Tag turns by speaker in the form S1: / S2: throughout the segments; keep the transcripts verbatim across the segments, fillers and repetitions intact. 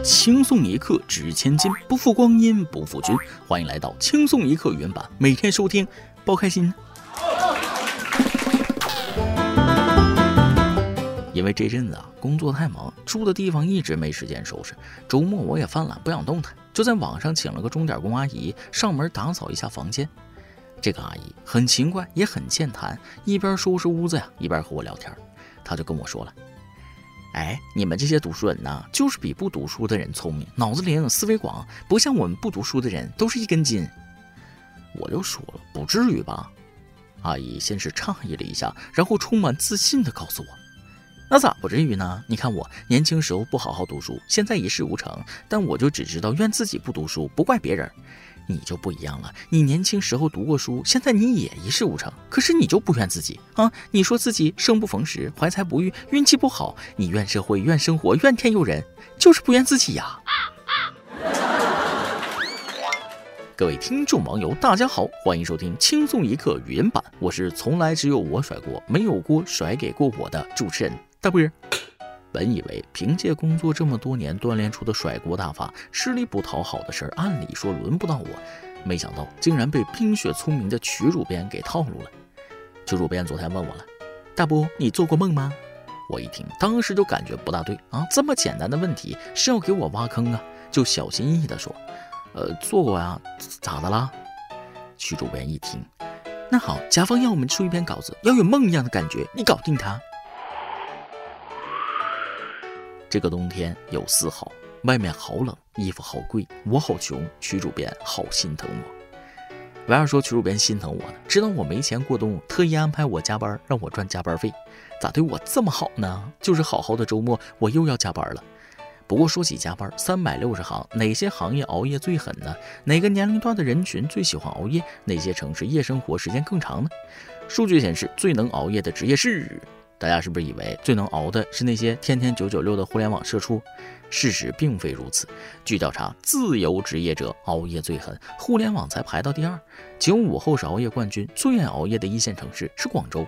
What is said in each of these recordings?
S1: 轻松一刻值千金，不负光阴不负君。欢迎来到轻松一刻原版，每天收听，包开心。因为这阵子啊，工作太忙，住的地方一直没时间收拾。周末我也犯懒，不想动弹，就在网上请了个钟点工阿姨上门打扫一下房间。这个阿姨很勤快，也很健谈，一边收拾屋子呀，一边和我聊天。她就跟我说了：“哎，你们这些读书人呐，就是比不读书的人聪明，脑子灵，思维广，不像我们不读书的人都是一根筋。”我就说了：“不至于吧？”阿姨先是诧异了一下，然后充满自信地告诉我：“那咋不至于呢？你看我年轻时候不好好读书，现在一事无成，但我就只知道怨自己不读书，不怪别人。你就不一样了，你年轻时候读过书，现在你也一事无成，可是你就不怨自己啊！你说自己生不逢时，怀才不遇，运气不好，你怨社会，怨生活，怨天尤人，就是不怨自己呀！”各位听众网友大家好，欢迎收听轻松一刻语音版，我是从来只有我甩锅，没有锅甩给过我的主持人大波。本以为凭借工作这么多年锻炼出的甩锅大法，吃力不讨好的事儿按理说轮不到我，没想到竟然被冰雪聪明的曲主编给套路了。曲主编昨天问我了：“大波，你做过梦吗？”我一听当时就感觉不大对啊，这么简单的问题是要给我挖坑啊，就小心翼翼地说：“呃，做过呀，咋的啦？”曲主编一听：“那好，甲方要我们出一篇稿子，要有梦一样的感觉，你搞定它。”这个冬天有四号，外面好冷，衣服好贵，我好穷，曲主编好心疼我。为啥说曲主编心疼我呢？知道我没钱过冬，特意安排我加班，让我赚加班费，咋对我这么好呢？就是好好的周末，我又要加班了。不过说起加班，三百六十行，哪些行业熬夜最狠呢？哪个年龄段的人群最喜欢熬夜？哪些城市夜生活时间更长呢？数据显示，最能熬夜的职业是……大家是不是以为最能熬的是那些天天九九六的互联网社畜？事实并非如此。据调查，自由职业者熬夜最狠，互联网才排到第二。九五后是熬夜冠军，最爱熬夜的一线城市是广州。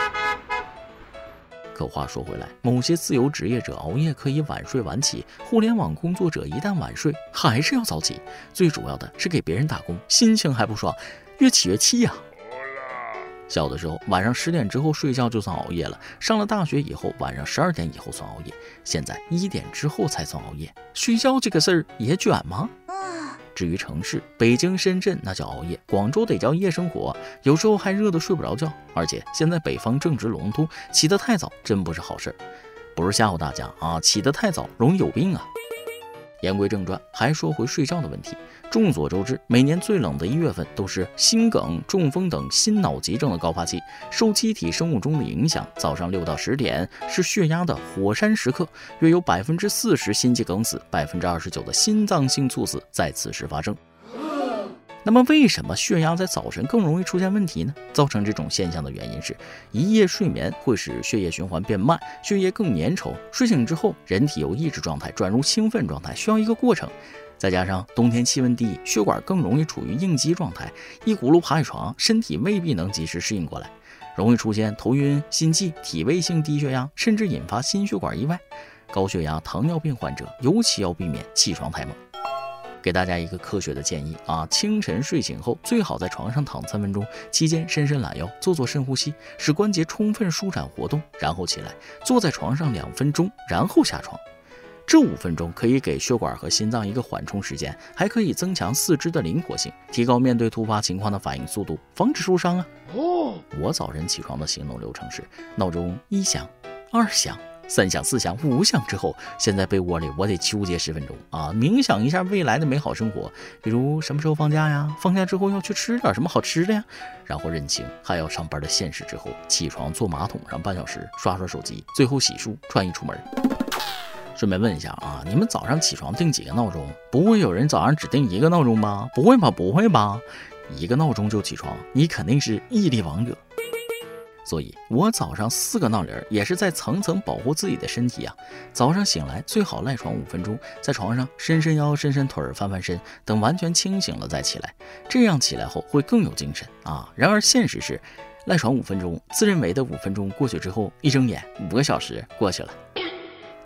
S1: 可话说回来，某些自由职业者熬夜可以晚睡晚起，互联网工作者一旦晚睡还是要早起，最主要的是给别人打工，心情还不爽，越起越气呀、啊。小的时候晚上十点之后睡觉就算熬夜了，上了大学以后晚上十二点以后算熬夜，现在一点之后才算熬夜，睡觉这个事儿也卷吗？至于城市，北京、深圳那叫熬夜，广州得叫夜生活，有时候还热得睡不着觉。而且现在北方正值隆冬，起得太早真不是好事儿。不是吓唬大家啊，起得太早容易有病啊。言归正传，还说回睡觉的问题。众所周知，每年最冷的一月份都是心梗、中风等心脑急症的高发期。受机体生物钟的影响，早上六到十点是血压的火山时刻，约有百分之四十心肌梗死，百分之二十九的心脏性猝死在此时发生。那么为什么血压在早晨更容易出现问题呢？造成这种现象的原因是，一夜睡眠会使血液循环变慢，血液更粘稠，睡醒之后人体由抑制状态转入兴奋状态需要一个过程。再加上冬天气温低，血管更容易处于应激状态，一骨碌爬起床，身体未必能及时适应过来，容易出现头晕、心悸、体位性低血压，甚至引发心血管意外。高血压、糖尿病患者尤其要避免起床太猛。给大家一个科学的建议啊，清晨睡醒后最好在床上躺三分钟，期间伸伸懒腰，做做深呼吸，使关节充分舒展活动，然后起来坐在床上两分钟，然后下床。这五分钟可以给血管和心脏一个缓冲时间，还可以增强四肢的灵活性，提高面对突发情况的反应速度，防止受伤啊。哦，我早晨起床的行动流程是：闹钟一响，二响。三响四响五响之后，现在被窝里我得纠结十分钟啊，冥想一下未来的美好生活，比如什么时候放假呀，放假之后要去吃点什么好吃的呀，然后认清还要上班的现实之后，起床坐马桶上半小时，刷刷手机，最后洗漱穿衣出门。顺便问一下啊，你们早上起床定几个闹钟？不会有人早上只定一个闹钟吧？不会吧？不会吧？一个闹钟就起床，你肯定是毅力王者。所以我早上四个闹铃也是在层层保护自己的身体啊。早上醒来最好赖床五分钟，在床上伸伸腰、伸伸腿、翻翻身，等完全清醒了再起来，这样起来后会更有精神啊。然而现实是，赖床五分钟，自认为的五分钟过去之后，一睁眼五个小时过去了。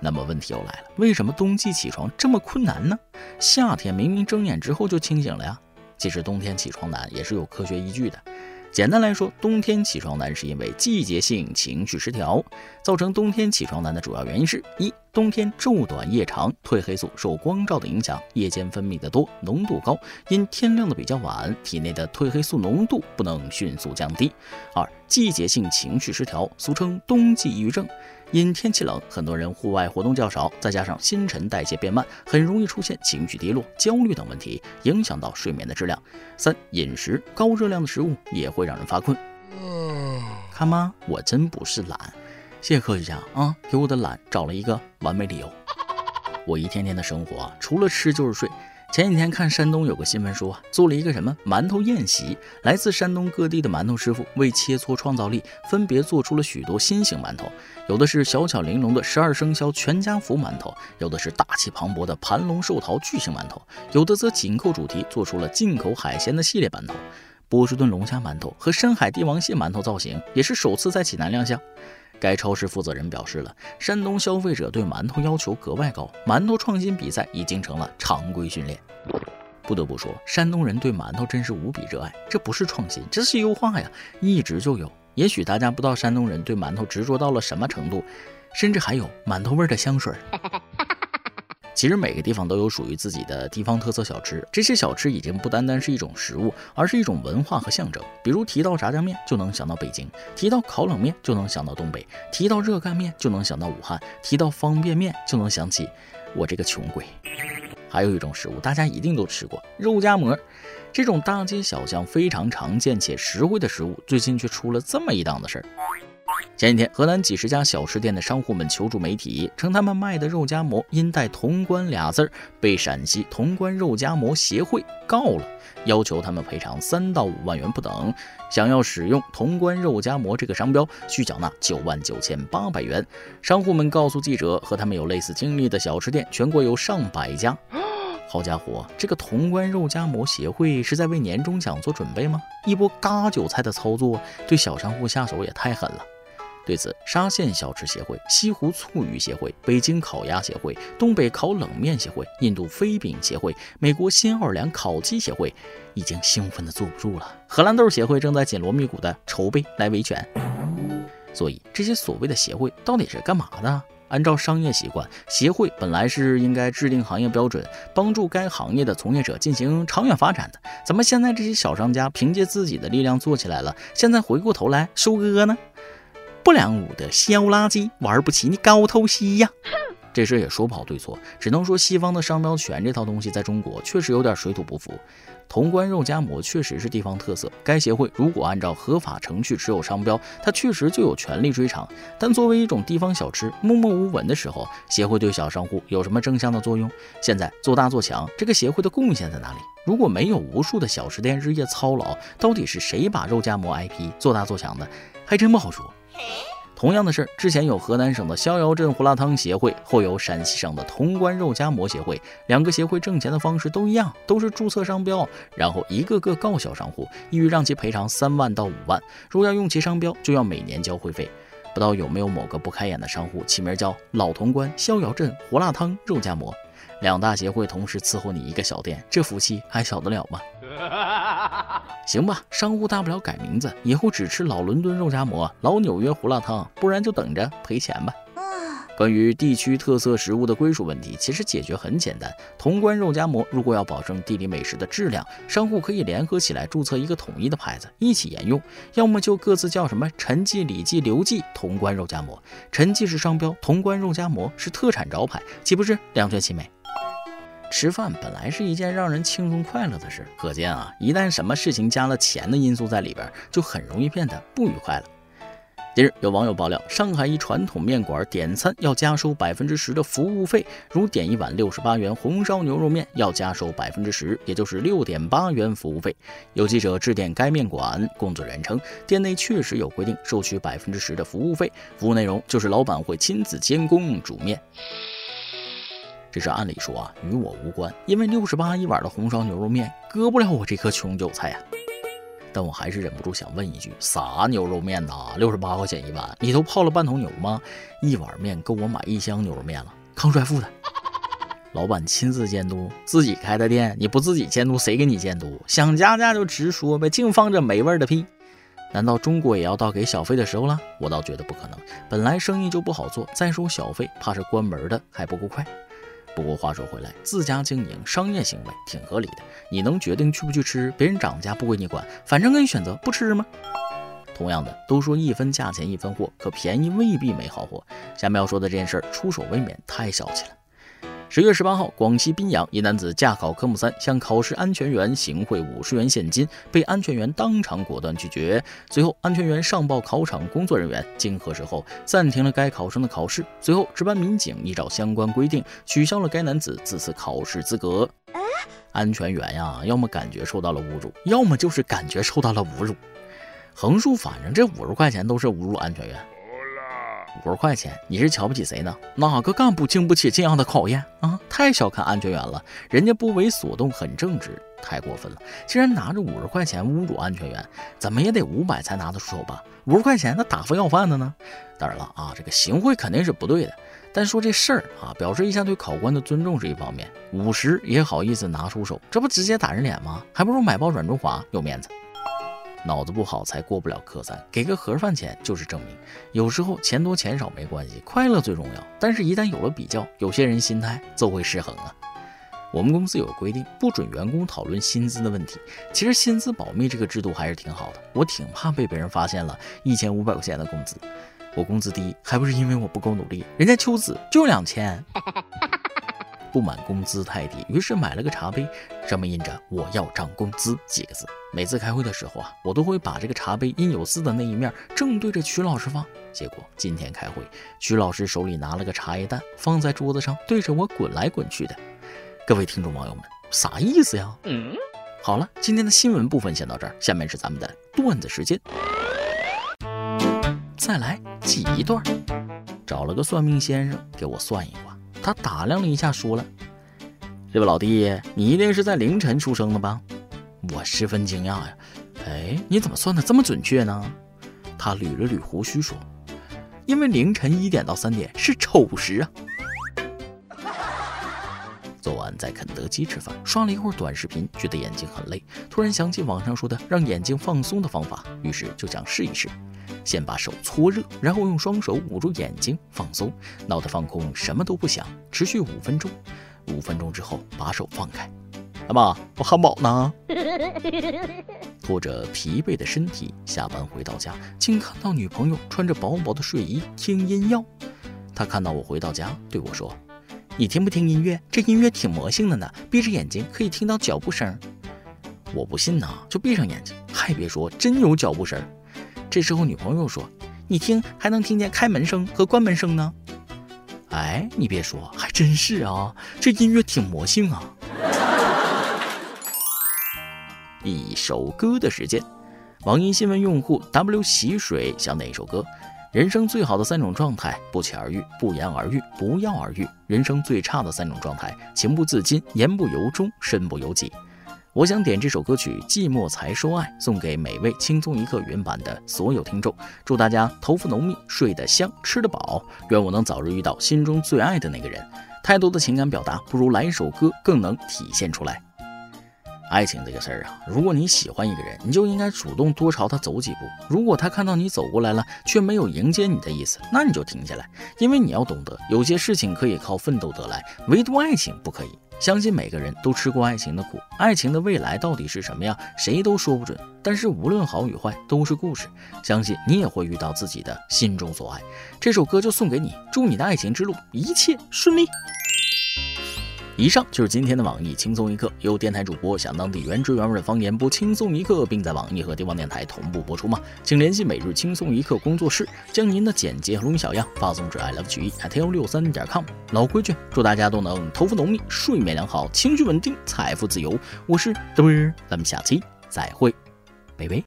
S1: 那么问题又来了，为什么冬季起床这么困难呢？夏天明明睁眼之后就清醒了呀。其实冬天起床难也是有科学依据的。简单来说，冬天起床难是因为季节性情绪失调。造成冬天起床难的主要原因是：一、冬天昼短夜长，褪黑素受光照的影响，夜间分泌的多，浓度高，因天亮的比较晚，体内的褪黑素浓度不能迅速降低。二、季节性情绪失调，俗称冬季抑郁症。因天气冷，很多人户外活动较少，再加上新陈代谢变慢，很容易出现情绪低落、焦虑等问题，影响到睡眠的质量。三、饮食高热量的食物也会让人发困。看吗？我真不是懒，谢谢科学家啊，给我的懒找了一个完美理由。我一天天的生活啊，除了吃就是睡。前几天看山东有个新闻说，做了一个什么馒头宴席，来自山东各地的馒头师傅为切磋创造力，分别做出了许多新型馒头，有的是小巧玲珑的十二生肖全家福馒头，有的是大气磅礴的盘龙寿桃巨型馒头，有的则紧扣主题做出了进口海鲜的系列馒头。波士顿龙虾馒头和深海帝王蟹馒头造型也是首次在济南亮相。该超市负责人表示了，山东消费者对馒头要求格外高，馒头创新比赛已经成了常规训练。不得不说，山东人对馒头真是无比热爱，这不是创新，这是优化呀，一直就有。也许大家不知道山东人对馒头执着到了什么程度，甚至还有馒头味的香水。其实每个地方都有属于自己的地方特色小吃，这些小吃已经不单单是一种食物，而是一种文化和象征。比如提到炸酱面就能想到北京，提到烤冷面就能想到东北，提到热干面就能想到武汉，提到方便面就能想起我这个穷鬼。还有一种食物大家一定都吃过，肉夹馍。这种大街小巷非常常见且实惠的食物，最近却出了这么一档子事儿。前几天，河南几十家小吃店的商户们求助媒体，称他们卖的肉夹馍因带潼关俩字儿，被陕西潼关肉夹馍协会告了，要求他们赔偿三到五万元不等。想要使用潼关肉夹馍这个商标，需缴纳九万九千八百元。商户们告诉记者，和他们有类似经历的小吃店全国有上百家。好家伙，这个潼关肉夹馍协会是在为年终奖做准备吗？一波割韭菜的操作，对小商户下手也太狠了。对此，沙县小吃协会、西湖醋鱼协会、北京烤鸭协会、东北烤冷面协会、印度飞饼协会、美国新奥尔良烤鸡协会已经兴奋的坐不住了。荷兰豆协会正在紧锣密鼓的筹备来维权。所以，这些所谓的协会到底是干嘛的？按照商业习惯，协会本来是应该制定行业标准，帮助该行业的从业者进行长远发展的。怎么现在这些小商家凭借自己的力量做起来了，现在回过头来收割呢？不良武的小垃圾，玩不起你高头戏呀！这事也说不好对错，只能说西方的商标权这套东西在中国确实有点水土不服。潼关肉夹馍确实是地方特色，该协会如果按照合法程序持有商标，它确实就有权利追偿。但作为一种地方小吃，默默无闻的时候，协会对小商户有什么正向的作用？现在做大做强，这个协会的贡献在哪里？如果没有无数的小吃店日夜操劳，到底是谁把肉夹馍 I P 做大做强的？还真不好说。同样的事，之前有河南省的逍遥镇胡辣汤协会，后有陕西省的潼关肉夹馍协会，两个协会挣钱的方式都一样，都是注册商标，然后一个个告小商户，意欲让其赔偿三万到五万，若要用其商标，就要每年交会费。不知道有没有某个不开眼的商户起名叫老潼关逍遥镇胡辣汤肉夹馍，两大协会同时伺候你一个小店，这福气还小得了吗？行吧，商户大不了改名字，以后只吃老伦敦肉夹馍、老纽约胡辣汤，不然就等着赔钱吧。关于地区特色食物的归属问题，其实解决很简单。潼关肉夹馍如果要保证地理美食的质量，商户可以联合起来注册一个统一的牌子，一起沿用，要么就各自叫什么陈记、李记、刘记潼关肉夹馍，陈记是商标，潼关肉夹馍是特产招牌，岂不是两全其美？吃饭本来是一件让人轻松快乐的事，可见啊，一旦什么事情加了钱的因素在里边，就很容易变得不愉快了。近日有网友爆料，上海一传统面馆点餐要加收百分之十的服务费，如点一碗六十八元红烧牛肉面要加收百分之十，也就是六点八元服务费。有记者致电该面馆，工作人员称，店内确实有规定收取百分之十的服务费，服务内容就是老板会亲自监工煮面。这是按理说啊，与我无关，因为六十八一碗的红烧牛肉面割不了我这颗穷韭菜呀、啊。 但我还是忍不住想问一句：啥牛肉面呐？六十八块钱一碗，里头泡了半头牛吗？一碗面够我买一箱牛肉面了。康帅傅的。老板亲自监督，自己开的店，你不自己监督，谁给你监督？想加价就直说呗，净放着没味的屁。难道中国也要到给小费的时候了？我倒觉得不可能，本来生意就不好做，再收小费，怕是关门的还不够快。不过话说回来，自家经营商业行为挺合理的，你能决定去不去吃，别人涨价不归你管，反正可以选择不吃吗？同样的，都说一分价钱一分货，可便宜未必没好货。下面要说的这件事儿，出手未免太小气了。十月十八号，广西宾阳一男子驾考科目三，向考试安全员行贿五十元现金，被安全员当场果断拒绝。随后，安全员上报考场工作人员，经核实后暂停了该考生的考试。随后，值班民警依照相关规定取消了该男子此次考试资格。安全员呀，要么感觉受到了侮辱，要么就是感觉受到了侮辱。横竖反正这五十块钱都是侮辱安全员。五十块钱，你是瞧不起谁呢？哪个干部经不起这样的考验啊？太小看安全员了，人家不为所动，很正直，太过分了！竟然拿着五十块钱侮辱安全员，怎么也得五百才拿得出手吧？五十块钱，那打发要饭的呢？当然了啊，这个行贿肯定是不对的，但说这事儿啊，表示一下对考官的尊重是一方面，五十也好意思拿出手，这不直接打人脸吗？还不如买包软中华有面子。脑子不好才过不了科三，给个盒饭钱就是证明。有时候钱多钱少没关系，快乐最重要。但是，一旦有了比较，有些人心态就会失衡啊。我们公司有规定，不准员工讨论薪资的问题。其实薪资保密这个制度还是挺好的，我挺怕被别人发现了一千五百块钱的工资。我工资低，还不是因为我不够努力，人家秋子就两千。不满工资太低，于是买了个茶杯，上面印着我要涨工资几个字。每次开会的时候啊，我都会把这个茶杯印有字的那一面正对着曲老师放。结果今天开会，曲老师手里拿了个茶叶蛋，放在桌子上，对着我滚来滚去的。各位听众网友们，啥意思呀？嗯，好了，今天的新闻部分先到这儿，下面是咱们的段子时间。再来记一段。找了个算命先生给我算一卦，他打量了一下，说了：“这位老弟，你一定是在凌晨出生的吧？”我十分惊讶呀，哎，你怎么算得这么准确呢？他捋了捋胡须说：“因为凌晨一点到三点是丑时啊。”昨晚在肯德基吃饭，刷了一会儿短视频，觉得眼睛很累，突然想起网上说的让眼睛放松的方法，于是就想试一试。先把手搓热，然后用双手捂住眼睛放松，脑袋放空，什么都不想，持续五分钟。五分钟之后把手放开。阿妈，我汉堡呢？拖着疲惫的身体下班回到家，竟看到女朋友穿着薄薄的睡衣听音乐。他看到我回到家，对我说：“你听不听音乐？这音乐挺魔性的呢，闭着眼睛可以听到脚步声。”我不信呐，就闭上眼睛，还别说，真有脚步声。这时候女朋友说：“你听，还能听见开门声和关门声呢。”哎，你别说，还真是啊，这音乐挺魔性啊。一首歌的时间，网易新闻用户 W 洗水想哪一首歌？人生最好的三种状态：不期而遇、不言而喻、不药而愈。人生最差的三种状态：情不自禁、言不由衷、身不由己。我想点这首歌曲《寂寞才说爱》，送给每位轻松一刻原版的所有听众，祝大家头发浓密，睡得香，吃得饱，愿我能早日遇到心中最爱的那个人。太多的情感表达，不如来一首歌更能体现出来。爱情这个事儿啊，如果你喜欢一个人，你就应该主动多朝他走几步。如果他看到你走过来了，却没有迎接你的意思，那你就停下来，因为你要懂得，有些事情可以靠奋斗得来，唯独爱情不可以。相信每个人都吃过爱情的苦，爱情的未来到底是什么样，谁都说不准。但是无论好与坏，都是故事。相信你也会遇到自己的心中所爱。这首歌就送给你，祝你的爱情之路一切顺利。以上就是今天的网易轻松一刻，由电台主播想当地原汁原味的方言播轻松一刻，并在网易和地方电台同步播出吗？请联系每日轻松一刻工作室，将您的简介和录音小样发送至 i love 曲艺 at 一六三点 com。老规矩，祝大家都能头发浓密，睡眠良好，情绪稳定，财富自由。我是德威，咱们下期再会，拜拜。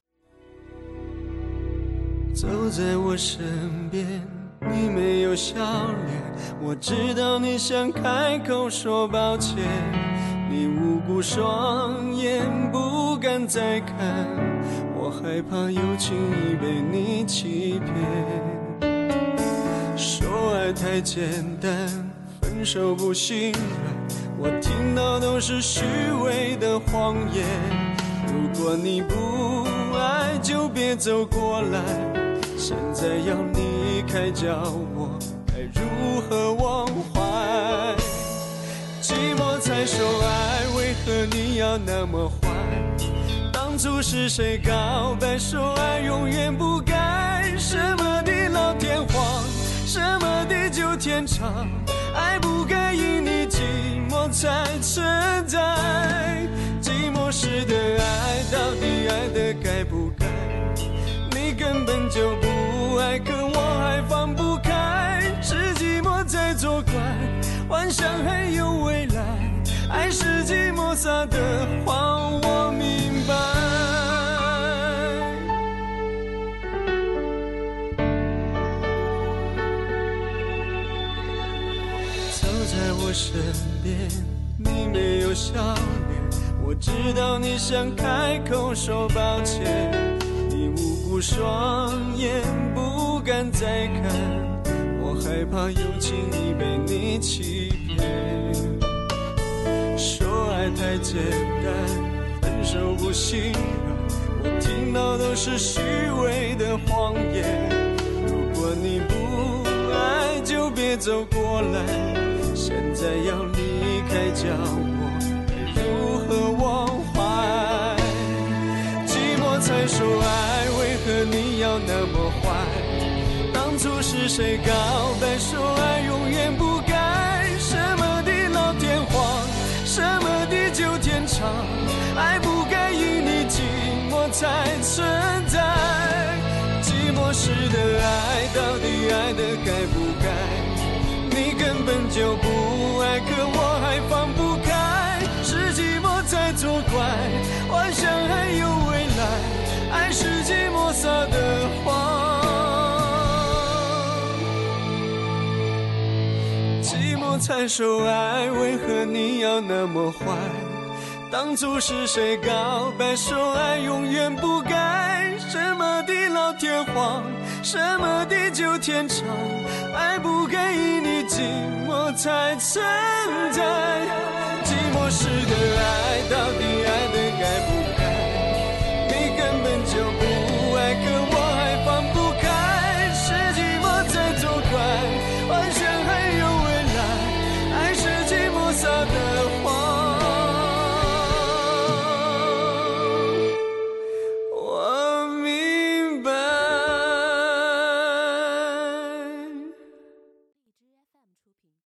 S2: 走在我身边，你没有笑脸，我知道你想开口说抱歉，你无辜双眼不敢敢再看，我害怕又轻易被你欺骗。说爱太简单，分手不心软，我听到都是虚伪的谎言。如果你不爱就别走过来，现在要离开叫我该如何忘怀。寂寞才说爱，为何你要那么坏？当初是谁告白说爱永远不改？什么地老天荒，什么地久天长，爱不该因你寂寞才存在。寂寞时的爱到底爱的该不该？你根本就不爱，可我还放不开。是寂寞在作怪，幻想还有未来，爱是寂寞撒的谎，我明白。走在我身边，你没有笑脸，我知道你想开口说抱歉，你无辜双眼不敢再看，我害怕又轻易被你欺骗。说爱太简单，分手不心软，我听到都是虚伪的谎言。如果你不爱就别走过来，现在要离开叫我该如何忘怀。寂寞才说爱，为何你要那么坏？当初是谁告白说爱永远不改？什么地老天荒，什么地久天长，爱不该因你寂寞才存在。寂寞时的爱到底爱的该不该？你根本就不爱，可我还放不开。是寂寞在作怪，幻想还有未来，爱是寂寞撒的谎。寂寞才说爱，为何你要那么坏？当初是谁告白说爱永远不改？什么地老天荒，什么地久天长，爱不该因你寂寞才存在。寂寞时的爱到底